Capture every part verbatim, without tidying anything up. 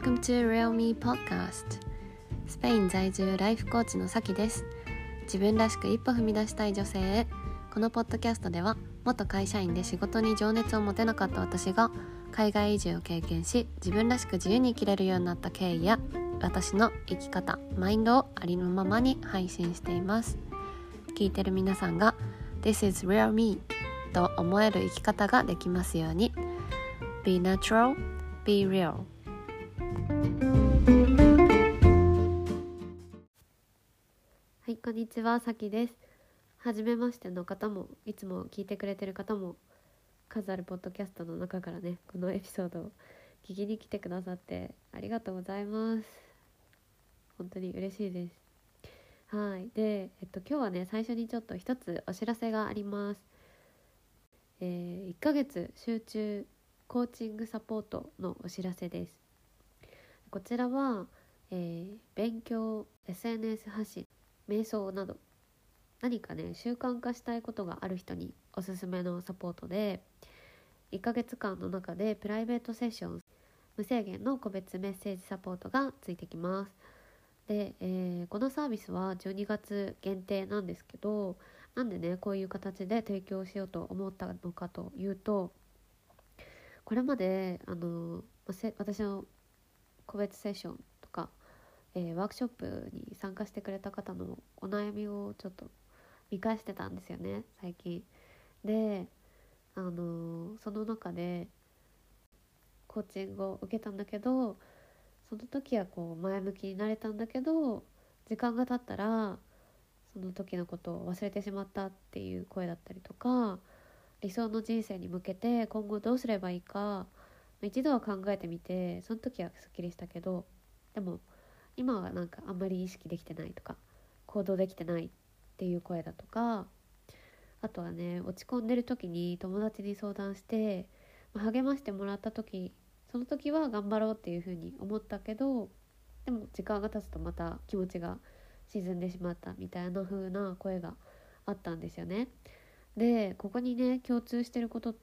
Welcome to Real Me Podcast。 スペイン在住ライフコーチのさきです。自分らしく一歩踏み出したい女性へ。このポッドキャストでは、元会社員で仕事に情熱を持てなかった私が海外移住を経験し、自分らしく自由に生きれるようになった経緯や、私の生き方、マインドをありのままに配信しています。聞いてる皆さんが This is real me と思える生き方ができますように。 Be natural, be real。 はい、こんにちは、さきです。はじめましての方も、いつも聞いてくれてる方も、数あるポッドキャストの中からね、このエピソードを聞きに来てくださってありがとうございます。本当に嬉しいです。はい。で、えっと、今日はね、最初にちょっと一つお知らせがあります。えー、いっかげつ集中コーチングサポートのお知らせです。こちらは、えー、勉強、エスエヌエス 発信、瞑想など何かね習慣化したいことがある人におすすめのサポートで、いっかげつかんの中でプライベートセッション、無制限の個別メッセージサポートがついてきます。で、えー、このサービスはじゅうにがつ限定なんですけど、なんでねこういう形で提供しようと思ったのかというと、これまであの私の個別セッションとか、えー、ワークショップに参加してくれた方のお悩みをちょっと見返してたんですよね、最近。で、あのその中でコーチングを受けたんだけど、その時はこう前向きになれたんだけど、時間が経ったらその時のことを忘れてしまったっていう声だったりとか、理想の人生に向けて今後どうすればいいか一度は考えてみて、その時はすっきりしたけど、でも今はなんかあんまり意識できてないとか、行動できてないっていう声だとか、あとはね、落ち込んでる時に友達に相談して励ましてもらった時、その時は頑張ろうっていう風に思ったけど、でも時間が経つとまた気持ちが沈んでしまったみたいな風な声があったんですよね。で、ここにね共通してることって、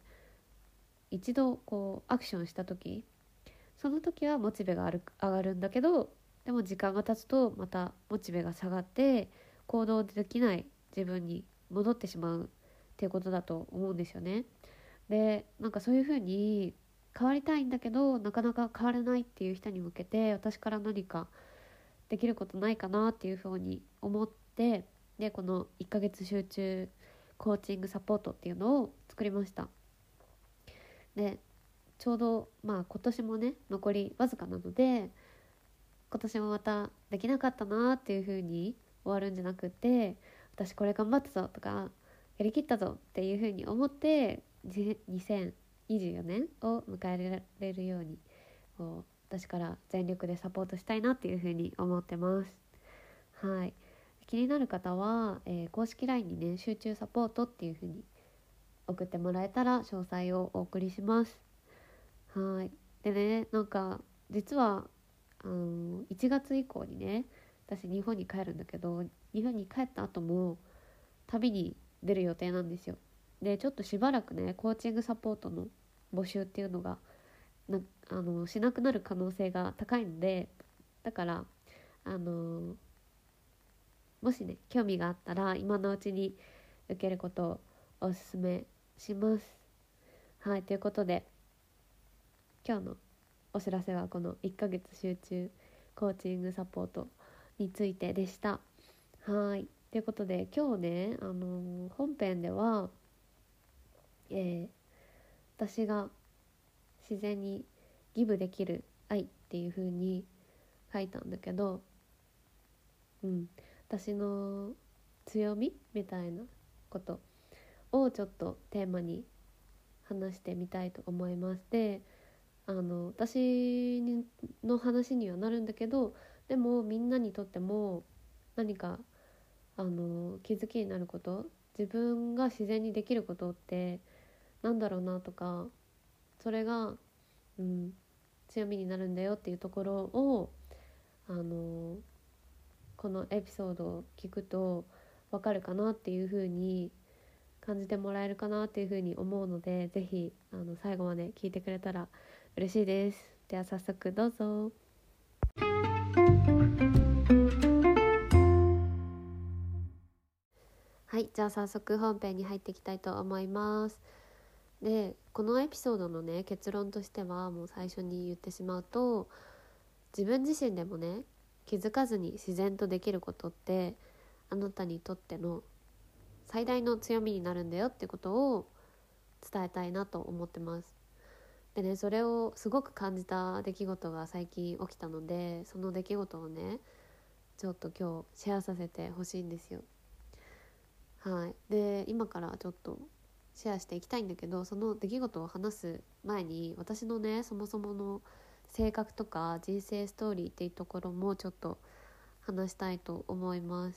一度こうアクションした時、その時はモチベが上がるんだけど、でも時間が経つとまたモチベが下がって行動できない自分に戻ってしまうっていうことだと思うんですよね。で、なんかそういう風に変わりたいんだけどなかなか変われないっていう人に向けて、私から何かできることないかなっていう風に思って、でこのいっかげつ集中コーチングサポートっていうのを作りました。で、ちょうどまあ今年もね残りわずかなので、今年もまたできなかったなっていう風に終わるんじゃなくて、私これ頑張ったぞとかやりきったぞっていう風に思ってにせんにじゅうよねんを迎えられるように、こう私から全力でサポートしたいなっていう風に思ってます。はい。気になる方は、えー、公式 ライン にね集中サポートっていう風に送ってもらえたら詳細をお送りします。はい。でね、なんか実はあのいちがつ以降にね、私日本に帰るんだけど、日本に帰った後も旅に出る予定なんですよ。で、ちょっとしばらくねコーチングサポートの募集っていうのがなあのしなくなる可能性が高いので、だからあのもしね興味があったら今のうちに受けることをおすすめします。はい。ということで、今日のお知らせはこのいっかげつ集中コーチングサポートについてでした。はい。ということで、今日ね、あのー本編では、えー、私が自然にギブできる愛っていう風に書いたんだけど、うん、私の強みみたいなことをちょっとテーマに話してみたいと思います。で、あの私の話にはなるんだけど、でもみんなにとっても何かあの気づきになること、自分が自然にできることってなんだろうなとか、それが、うん、強みになるんだよっていうところを、あのこのエピソードを聞くとわかるかなっていう風に感じてもらえるかなっていう風に思うので、ぜひあの最後まで聞いてくれたら嬉しいです。 では早速どうぞ。はい、じゃあ早速本編に入っていきたいと思います。で、このエピソードのね結論としては、もう最初に言ってしまうと、自分自身でもね気づかずに自然とできることってあなたにとっての最大の強みになるんだよってことを伝えたいなと思ってます。でね、それをすごく感じた出来事が最近起きたので、その出来事をねちょっと今日シェアさせてほしいんですよ。はい。で、今からちょっとシェアしていきたいんだけど、その出来事を話す前に、私のねそもそもの性格とか人生ストーリーっていうところもちょっと話したいと思います。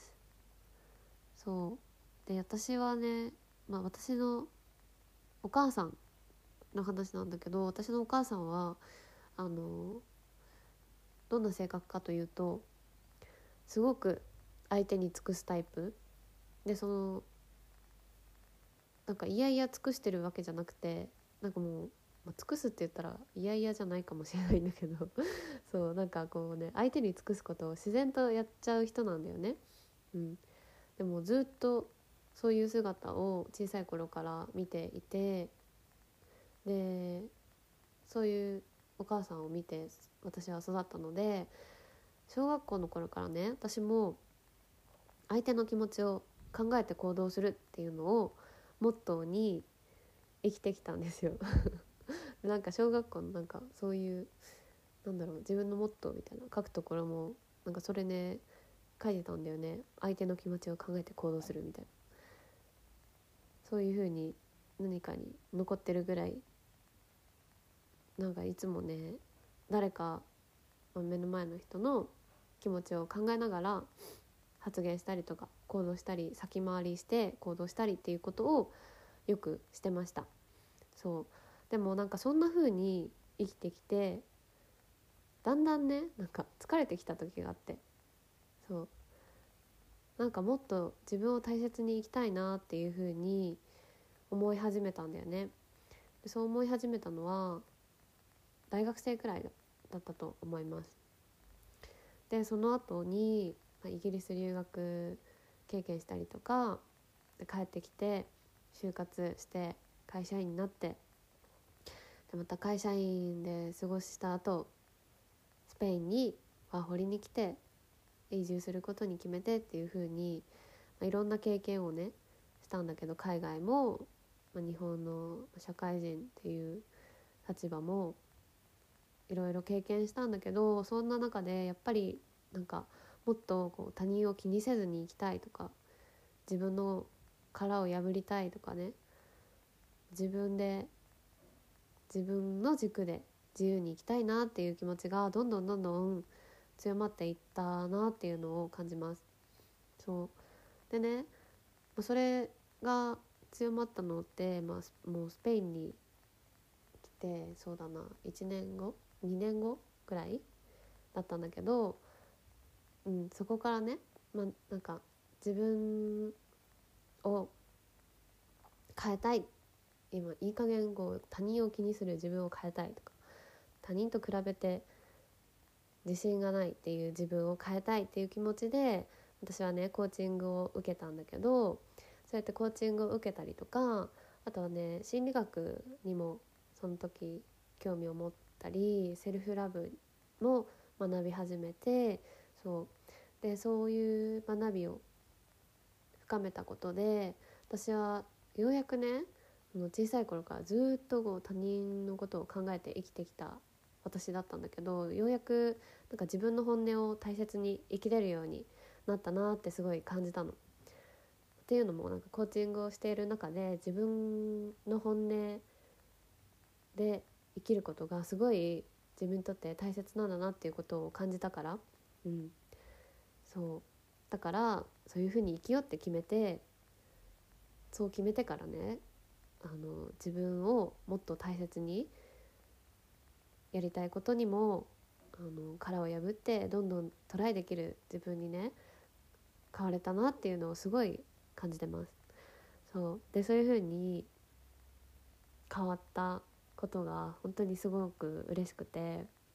そうで、私はね、まあ私のお母さんの話なんだけど、私のお母さんはあのどんな性格かというと、すごく相手に尽くすタイプで、そのなんかいやいや尽くしてるわけじゃなくて、なんかもう、まあ、尽くすって言ったらいやいやじゃないかもしれないんだけどそうなんかこうね、相手に尽くすことを自然とやっちゃう人なんだよね。うん、でもずっとそういう姿を小さい頃から見ていて、でそういうお母さんを見て私は育ったので、小学校の頃からね私も相手の気持ちを考えて行動するっていうのをモットーに生きてきたんですよなんか小学校のなんかそういうなんだろう、自分のモットーみたいな書くところもなんかそれね書いてたんだよね。相手の気持ちを考えて行動するみたいな、そういう風に何かに残ってるぐらい、なんかいつもね誰か目の前の人の気持ちを考えながら発言したりとか行動したり、先回りして行動したりっていうことをよくしてました。そうでもなんかそんな風に生きてきて、だんだんねなんか疲れてきた時があって、そうなんかもっと自分を大切に生きたいなっていう風に思い始めたんだよね。でそう思い始めたのは大学生くらいだったと思います。でその後に、まあ、イギリス留学経験したりとかで帰ってきて就活して会社員になって、でまた会社員で過ごした後スペインにワーホリに来て移住することに決めてっていう風に、まあ、いろんな経験をねしたんだけど、海外も、まあ、日本の社会人っていう立場もいろいろ経験したんだけど、そんな中でやっぱりなんかもっとこう他人を気にせずに生きたいとか、自分の殻を破りたいとかね、自分で自分の軸で自由に生きたいなっていう気持ちがどんどんどんどん強まっていったなっていうのを感じます。そうでね、それが強まったのって、まあ、もうスペインに来てそうだないちねんごにねんごくらいだったんだけど、うん、そこからね、まあ、なんか自分を変えたい、今いい加減こう他人を気にする自分を変えたいとか、他人と比べて自信がないっていう自分を変えたいっていう気持ちで私はねコーチングを受けたんだけど、そうやってコーチングを受けたりとか、あとはね心理学にもその時興味を持ったり、セルフラブも学び始めて、そうでそういう学びを深めたことで、私はようやくね小さい頃からずっとこう他人のことを考えて生きてきた私だったんだけど、ようやくなんか自分の本音を大切に生きれるようになったなってすごい感じたの。っていうのもなんかコーチングをしている中で自分の本音で生きることがすごい自分にとって大切なんだなっていうことを感じたから、うん、そうだからそういうふうに生きようって決めて、そう決めてからねあの自分をもっと大切にやりたいことにもあの殻を破ってどんどんトライできる自分にね変われたなっていうのをすごい感じてます。そうでそういう風に変わったことが本当にすごく嬉しくて、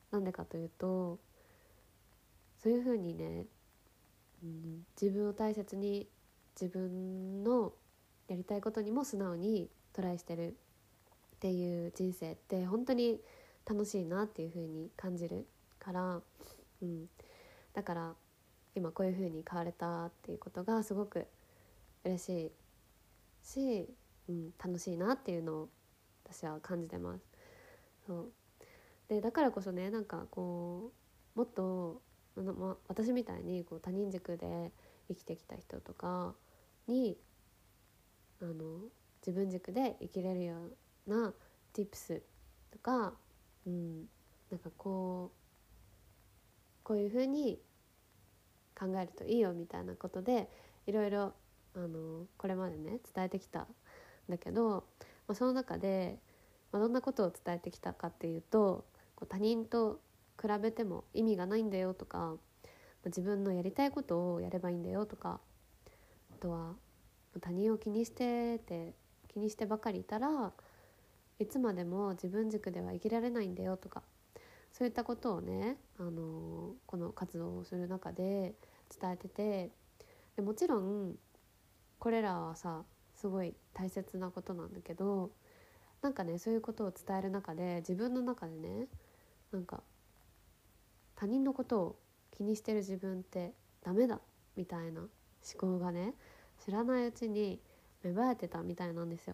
なんでかというと、そういう風にね、うん、自分を大切に、自分のやりたいことにも素直にトライしてるっていう人生って本当に楽しいなっていう風に感じるから、うん、だから今こういう風に変われたっていうことがすごく嬉しいし、うん、楽しいなっていうのを私は感じてます。そうで、だからこそね、なんかこうもっとあの、ま、私みたいにこう他人軸で生きてきた人とかにあの自分軸で生きれるような tips とか、うん、なんかこうこういう風に考えるといいよみたいなことでいろいろあのこれまでね伝えてきたんだけど、まあ、その中で、まあ、どんなことを伝えてきたかっていうと、こう他人と比べても意味がないんだよとか、自分のやりたいことをやればいいんだよとか、あとは他人を気にしてて気にしてばかりいたらいつまでも自分軸では生きられないんだよとか、そういったことをね、あのこの活動をする中で伝えてて、でもちろんこれらはさすごい大切なことなんだけど、なんかねそういうことを伝える中で自分の中でね、なんか他人のことを気にしてる自分ってダメだみたいな思考がね、知らないうちに芽生えてたみたいなんですよ。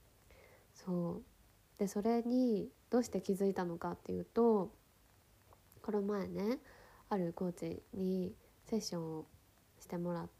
そうで、それにどうして気づいたのかっていうと、この前ねあるコーチにセッションをしてもらって、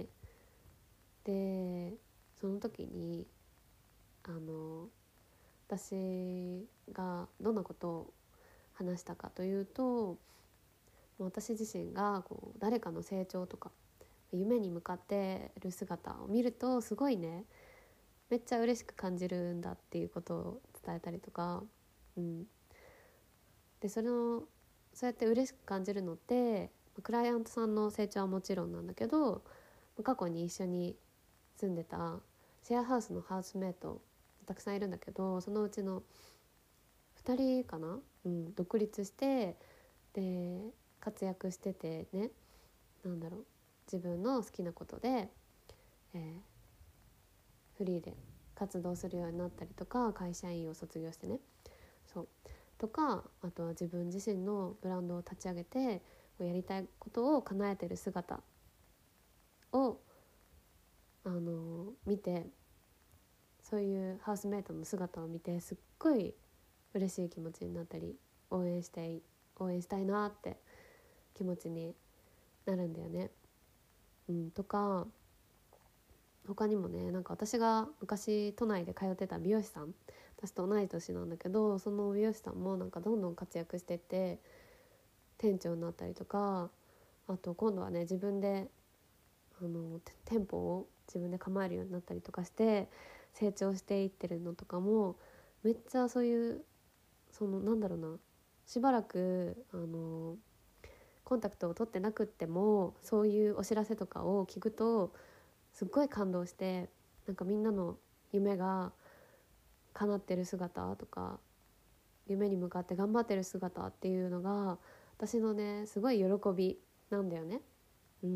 でその時にあの私がどんなことを話したかというと、私自身がこう誰かの成長とか夢に向かってる姿を見るとすごいね、めっちゃ嬉しく感じるんだっていうことを伝えたりとか、うん、でそのそうやって嬉しく感じるのってクライアントさんの成長はもちろんなんだけど、過去に一緒に住んでたシェアハウスのハウスメイトたくさんいるんだけど、そのうちのふたりかな、うん、独立してで活躍しててね、なんだろう、自分の好きなことで、えー、フリーで活動するようになったりとか、会社員を卒業してね、そうとか、あとは自分自身のブランドを立ち上げてやりたいことを叶えてる姿をあの見て、そういうハウスメイトの姿を見てすっごい嬉しい気持ちになったり、応援して応援したいなって気持ちになるんだよね。うん、とか他にもね、なんか私が昔都内で通ってた美容師さん、私と同い年なんだけど、その美容師さんもなんかどんどん活躍してって店長になったりとか、あと今度はね自分であの店舗を自分で構えるようになったりとかして成長していってるのとかも、めっちゃそういう、そのなんだろうな、しばらくあのコンタクトを取ってなくってもそういうお知らせとかを聞くとすっごい感動して、なんかみんなの夢が叶ってる姿とか、夢に向かって頑張ってる姿っていうのが私のねすごい喜びなんだよね。うん、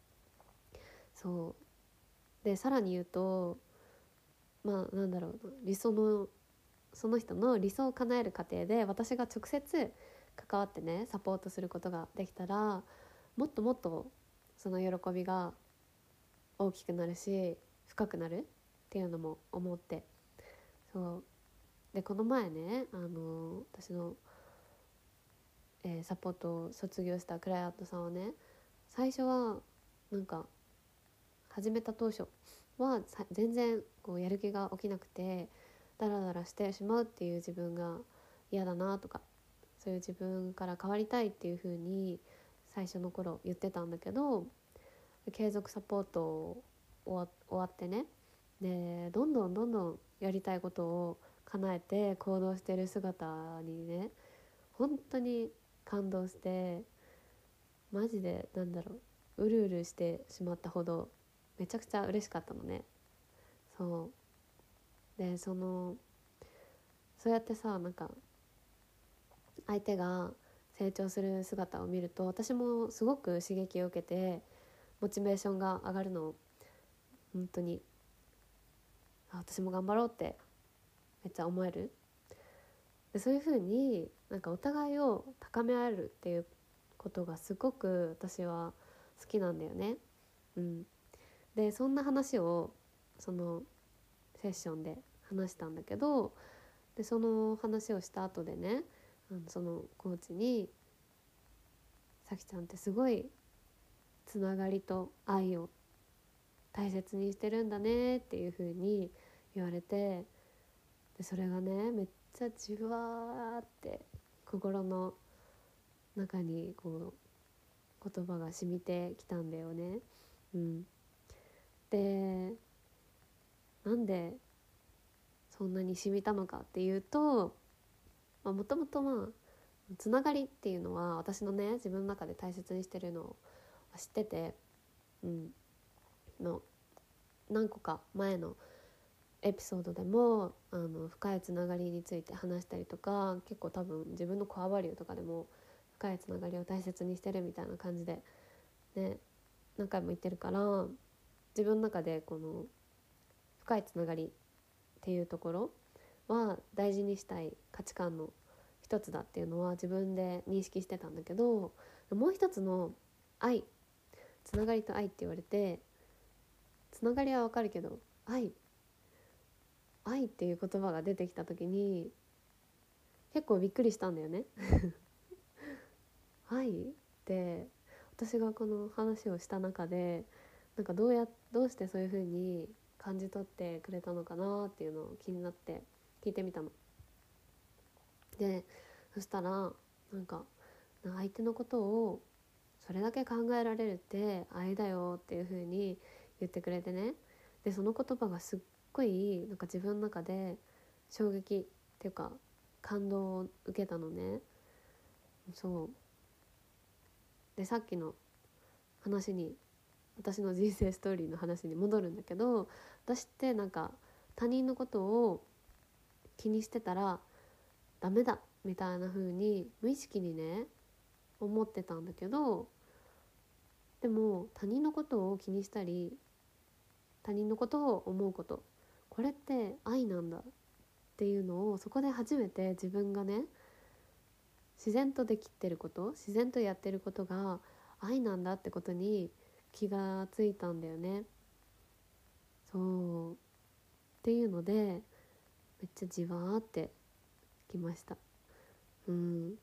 そうで、さらに言うと、まあなんだろうな、理想のその人の理想を叶える過程で私が直接関わってねサポートすることができたら、もっともっとその喜びが大きくなるし深くなるっていうのも思って、そうでこの前ね、あの私の、えーサポートを卒業したクライアントさんはね、最初はなんか始めた当初は全然こうやる気が起きなくてダラダラしてしまうっていう自分が嫌だなとか、そういう自分から変わりたいっていう風に最初の頃言ってたんだけど、継続サポート終わ、終わってね、でどんどんどんどんやりたいことを叶えて行動してる姿にね本当に感動して、マジでなんだろう、うるうるしてしまったほどめちゃくちゃ嬉しかったのね。そうで、そのそうやってさ、なんか相手が成長する姿を見ると私もすごく刺激を受けてモチベーションが上がるのを本当にあ私も頑張ろうってめっちゃ思える。でそういう風になんかお互いを高め合えるっていうことがすごく私は好きなんだよね。うん、でそんな話をそのセッションで話したんだけど、でその話をした後でね、あのそのコーチにさきちゃんってすごいつながりと愛を大切にしてるんだねっていう風に言われて、でそれがねめっちゃじわーって心の中にこう言葉が染みてきたんだよね。うん、でなんでそんなに染みたのかっていうと、もともとまあつながりっていうのは私のね自分の中で大切にしてるのを知ってて、うん、の何個か前のエピソードでもあの深いつながりについて話したりとか、結構多分自分のコアバリューとかでも深いつながりを大切にしてるみたいな感じでね何回も言ってるから、自分の中でこの深いつながりっていうところは大事にしたい価値観の一つだっていうのは自分で認識してたんだけど、もう一つの愛、つながりと愛って言われて、つながりはわかるけど愛愛っていう言葉が出てきた時に結構びっくりしたんだよね愛って私がこの話をした中でなんかどうやどうしてそういう風に感じ取ってくれたのかなっていうのを気になって聞いてみたの。でそしたらなんか相手のことをそれだけ考えられるって愛だよっていう風に言ってくれてね。でその言葉がすっごいなんか自分の中で衝撃っていうか感動を受けたのね。そうでさっきの話に私の人生ストーリーの話に戻るんだけど、私ってなんか他人のことを気にしてたらダメだみたいな風に無意識にね思ってたんだけど、でも他人のことを気にしたり他人のことを思うこと、これって愛なんだっていうのをそこで初めて自分がね自然とできてること自然とやってることが愛なんだってことに気がついたんだよね。そうっていうのでめっちゃじわーってきました。うん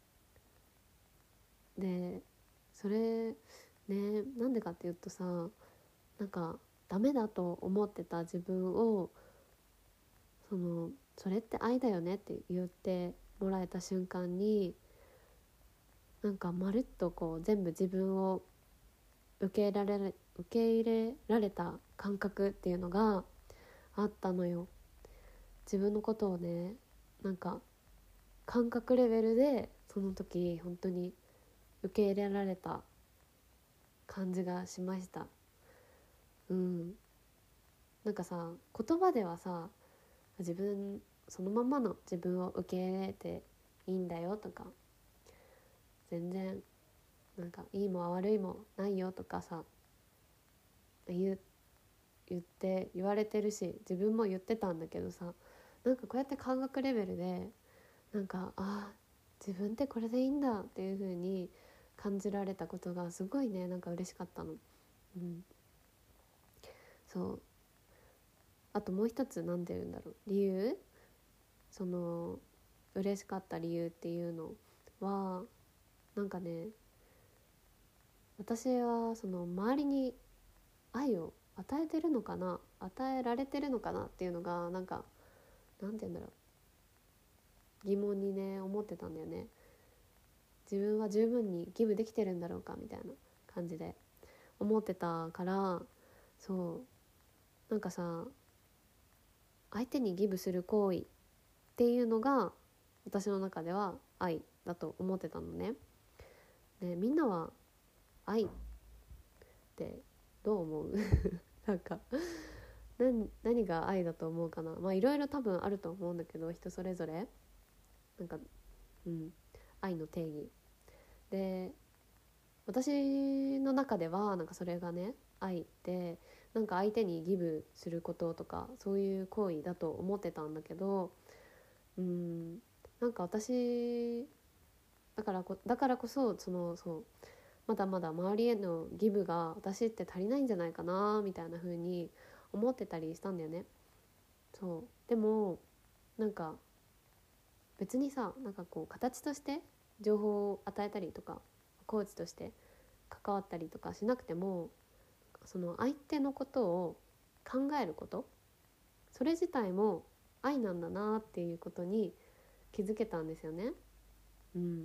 でそれねなんでかっていうとさ、なんかダメだと思ってた自分をそのそれって愛だよねって言ってもらえた瞬間になんかまるっとこう全部自分を受け入れられ受け入れられた感覚っていうのがあったのよ。自分のことをねなんか感覚レベルでその時本当に受け入れられた感じがしました。うんなんかさ言葉ではさ自分そのままの自分を受け入れていいんだよとか、全然なんかいいも悪いもないよとかさ言う言って言われてるし自分も言ってたんだけどさ、なんかこうやって感覚レベルでなんかあ自分ってこれでいいんだっていう風に感じられたことがすごいねなんか嬉しかったの。うんそうあともう一つなんて言うんだろう理由、その嬉しかった理由っていうのはなんかね、私はその周りに愛を与えてるのかな与えられてるのかなっていうのがなんかなんて言うんだろう疑問にね思ってたんだよね。自分は十分にギブできてるんだろうかみたいな感じで思ってたから、そうなんかさ相手にギブする行為っていうのが私の中では愛だと思ってたのね。でみんなは愛ってどう思うなんか何何が愛だと思うかな。まあいろいろ多分あると思うんだけど人それぞれなんかうん愛の定義で私の中ではなんかそれがね愛ってなんか相手にギブすることとかそういう行為だと思ってたんだけど、うんなんか私だからこだからこそそのそうまだまだ周りへのギブが私って足りないんじゃないかなみたいな風に思ってたりしたんだよね。そうでもなんか別にさなんかこう形として情報を与えたりとかコーチとして関わったりとかしなくてもその相手のことを考えることそれ自体も愛なんだなっていうことに気づけたんですよね。うん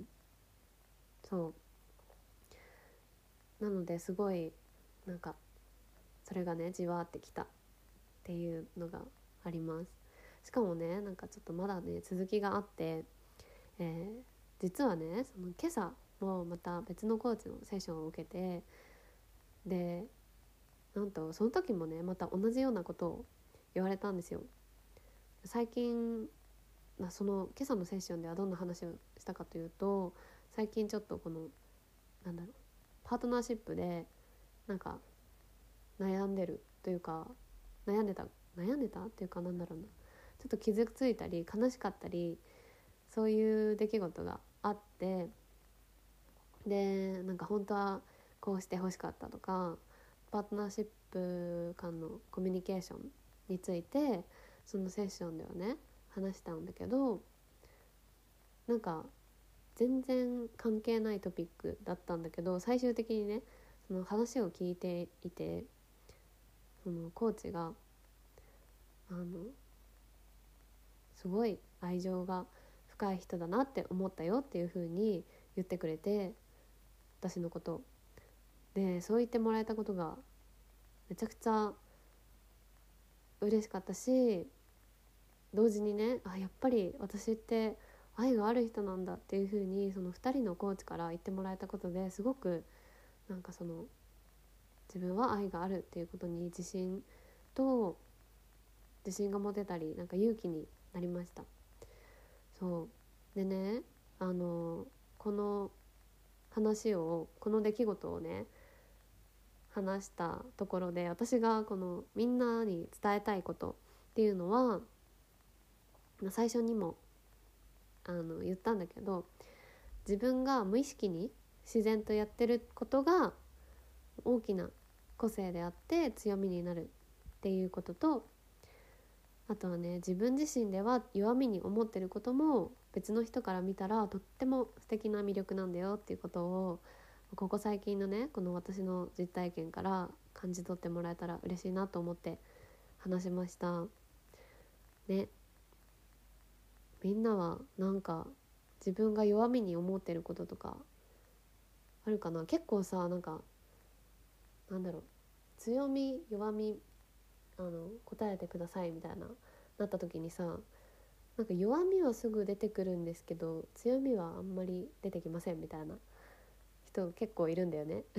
そうなのですごいなんかそれがねじわーってきたっていうのがあります。しかもねなんかちょっとまだね続きがあって、えー、実はねその今朝もまた別のコーチのセッションを受けてでなんとその時もねまた同じようなことを言われたんですよ。最近その今朝のセッションではどんな話をしたかというと最近ちょっとこのなんだろうパートナーシップでなんか悩んでるというか悩んでた悩んでたっていうかなんだろうなちょっと傷ついたり悲しかったりそういう出来事があってでなんか本当はこうしてほしかったとかパートナーシップ間のコミュニケーションについてそのセッションではね話したんだけどなんか全然関係ないトピックだったんだけど最終的にねその話を聞いていてそのコーチがあのすごい愛情が深い人だなって思ったよっていう風に言ってくれて私のことでそう言ってもらえたことがめちゃくちゃ嬉しかったし同時にねあやっぱり私って愛がある人なんだっていう風にそのふたりのコーチから言ってもらえたことですごくなんかその自分は愛があるっていうことに自信と自信が持てたりなんか勇気になりました。そうでねあのこの話をこの出来事をね話したところで私がこのみんなに伝えたいことっていうのは最初にもあの言ったんだけど自分が無意識に自然とやってることが大きな個性であって強みになるっていうこととあとはね自分自身では弱みに思ってることも別の人から見たらとっても素敵な魅力なんだよっていうことをここ最近のねこの私の実体験から感じ取ってもらえたら嬉しいなと思って話しましたね。みんなはなんか自分が弱みに思ってることとかあるかな。結構さなんかなんだろう強み弱みあの答えてくださいみたいななった時にさなんか弱みはすぐ出てくるんですけど強みはあんまり出てきませんみたいな人結構いるんだよね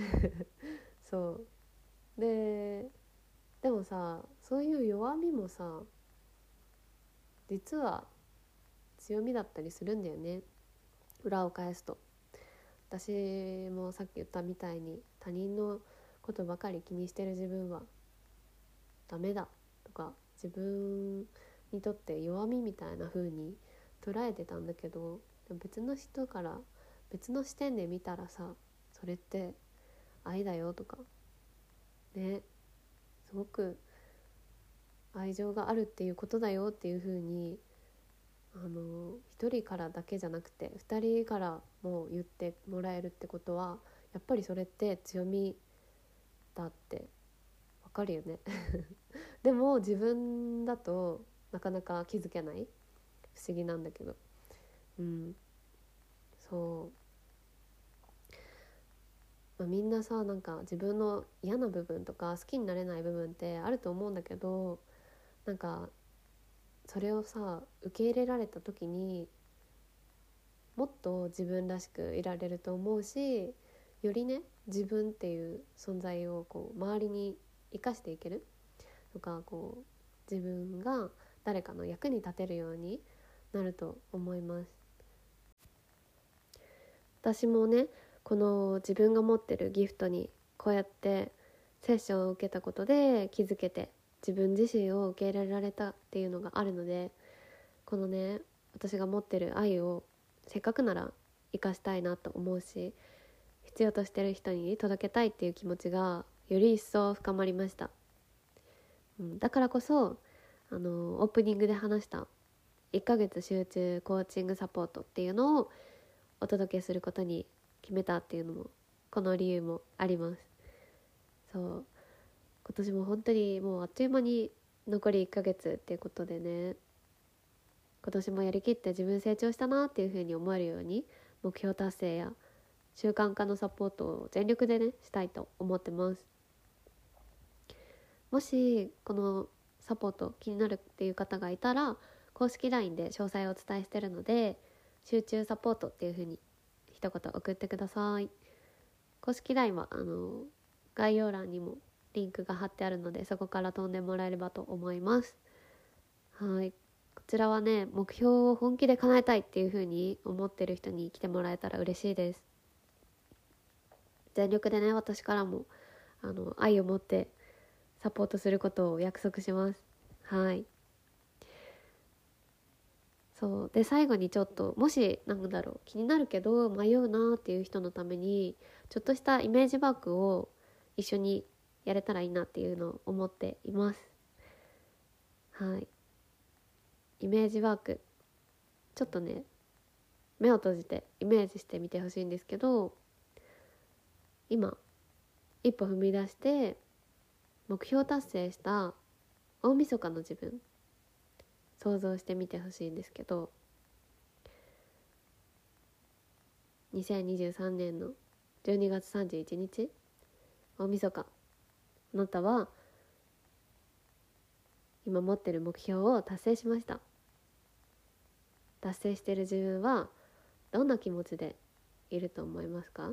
そうででもさそういう弱みもさ実は強みだったりするんだよね。裏を返すと私もさっき言ったみたいに他人のことばかり気にしてる自分はダメだとか自分にとって弱みみたいな風に捉えてたんだけど別の人から別の視点で見たらさそれって愛だよとかねすごく愛情があるっていうことだよっていう風にあの一人からだけじゃなくて二人からも言ってもらえるってことはやっぱりそれって強みだってわかるよねでも自分だとなかなか気づけない不思議なんだけどうんそう、まあ、みんなさなんか自分の嫌な部分とか好きになれない部分ってあると思うんだけどなんかそれをさ受け入れられた時にもっと自分らしくいられると思うしよりね自分っていう存在をこう周りに生かしていけるとかこう自分が誰かの役に立てるようになると思います。私もねこの自分が持ってるギフトにこうやってセッションを受けたことで気づけて、自分自身を受け入れられたっていうのがあるので、このね私が持ってる愛をせっかくなら生かしたいなと思うし、必要としてる人に届けたいっていう気持ちがより一層深まりました、うん、だからこそあのオープニングで話したいっかげつ集中コーチングサポートっていうのをお届けすることに決めたっていうのも、この理由もあります。そう今年も本当にもうあっという間に残りいっかげつっていうことでね、今年もやりきって自分成長したなっていう風に思えるように、目標達成や習慣化のサポートを全力でねしたいと思ってます。もしこのサポート気になるっていう方がいたら、公式 ライン で詳細をお伝えしてるので、集中サポートっていう風に一言送ってください。公式 ライン はあの概要欄にもリンクが貼ってあるので、そこから飛んでもらえればと思います。はい、こちらはね、目標を本気で叶えたいっていう風に思ってる人に来てもらえたら嬉しいです。全力でね、私からもあの愛を持ってサポートすることを約束します。はい。そうで、最後にちょっと、もしなんだろう気になるけど迷うなっていう人のために、ちょっとしたイメージワークを一緒にやれたらいいなっていうのを思っています。はい。イメージワーク、ちょっとね目を閉じてイメージしてみてほしいんですけど、今一歩踏み出して目標達成した大晦日の自分想像してみてほしいんですけど、にせんにじゅうさんねんのじゅうにがつさんじゅういちにち大晦日、あなたは今持ってる目標を達成しました。達成している自分はどんな気持ちでいると思いますか？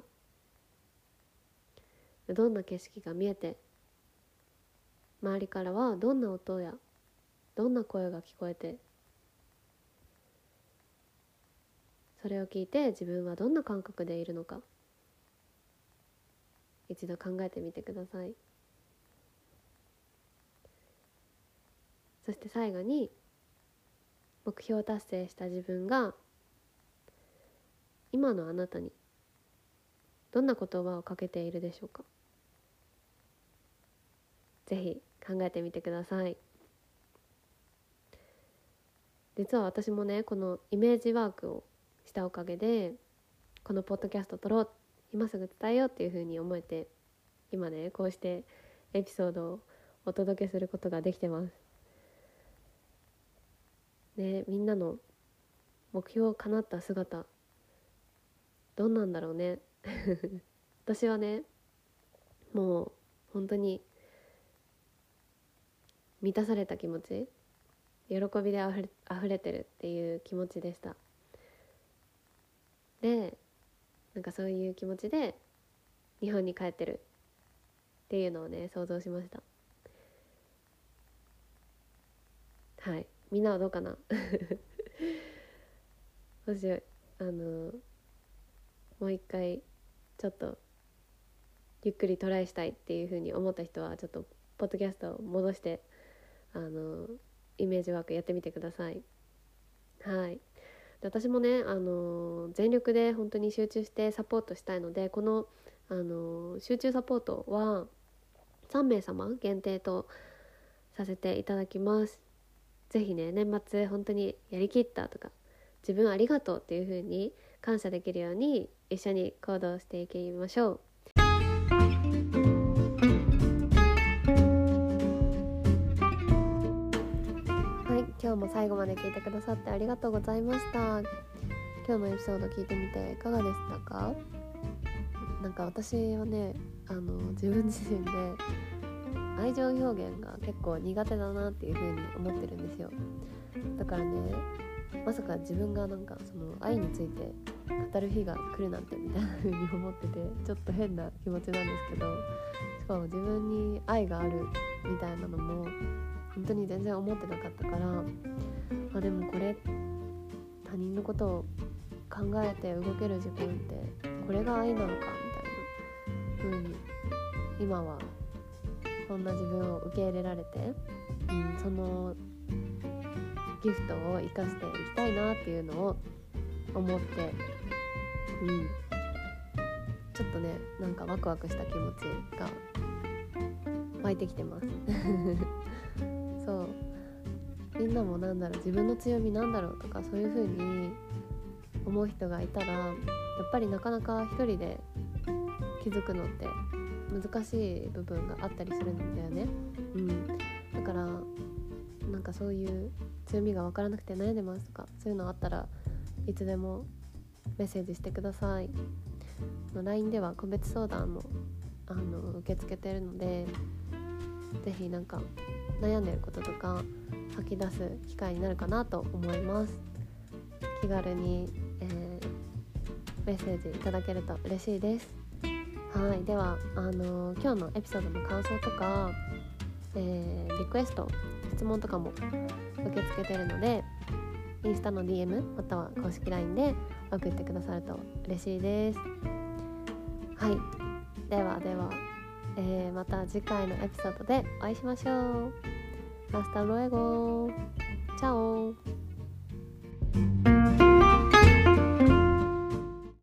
どんな景色が見えて、周りからはどんな音やどんな声が聞こえて、それを聞いて自分はどんな感覚でいるのか、一度考えてみてください。そして最後に、目標達成した自分が今のあなたにどんな言葉をかけているでしょうか？ぜひ考えてみてください。実は私もね、このイメージワークをしたおかげで、このポッドキャスト撮ろう、今すぐ伝えようっていう風に思えて、今ねこうしてエピソードをお届けすることができてますね。みんなの目標を叶った姿、どんなんだろうね私はね、もう本当に満たされた気持ち、喜びであふれ、溢れてるっていう気持ちでした。で、なんかそういう気持ちで日本に帰ってるっていうのをね想像しました。はい、みんなはどうかなもしあのもう一回ちょっとゆっくりトライしたいっていう風に思った人は、ちょっとポッドキャストを戻してあのイメージワークやってみてください。はい。で、私もね、あの全力で本当に集中してサポートしたいので、この、あの集中サポートはさんめいさま限定とさせていただきます。ぜひね、年末本当にやりきったとか、自分ありがとうっていう風に感謝できるように一緒に行動していきましょう。はい、今日も最後まで聞いてくださってありがとうございました。今日のエピソード聞いてみていかがでしたか？なんか私はね、あの自分自身で愛情表現が結構苦手だなっていう風に思ってるんですよ。だからね、まさか自分がなんかその愛について語る日が来るなんてみたいな風に思ってて、ちょっと変な気持ちなんですけど、しかも自分に愛があるみたいなのも本当に全然思ってなかったから、あでもこれ他人のことを考えて動ける自分ってこれが愛なのかみたいな風に今はそんな自分を受け入れられて、うん、そのギフトを生かしていきたいなっていうのを思って、うん、ちょっとねなんかワクワクした気持ちが湧いてきてますそうみんなもなんだろう自分の強みなんだろうとかそういう風に思う人がいたらやっぱりなかなか一人で気づくのって難しい部分があったりするんだよね、うん、だからなんかそういう強みが分からなくて悩んでますとかそういうのあったらいつでもメッセージしてください。 ライン では個別相談もあの受け付けてるのでぜひなんか悩んでることとか吐き出す機会になるかなと思います。気軽に、えー、メッセージいただけると嬉しいです。はい、ではあの今日のエピソードの感想とか、えー、リクエスト質問とかも受け付けてるのでインスタの ディーエム または公式 ライン で送ってくださると嬉しいです。はい、ではでは、えー、また次回のエピソードでお会いしましょう。ハスタルエゴ、チャオ。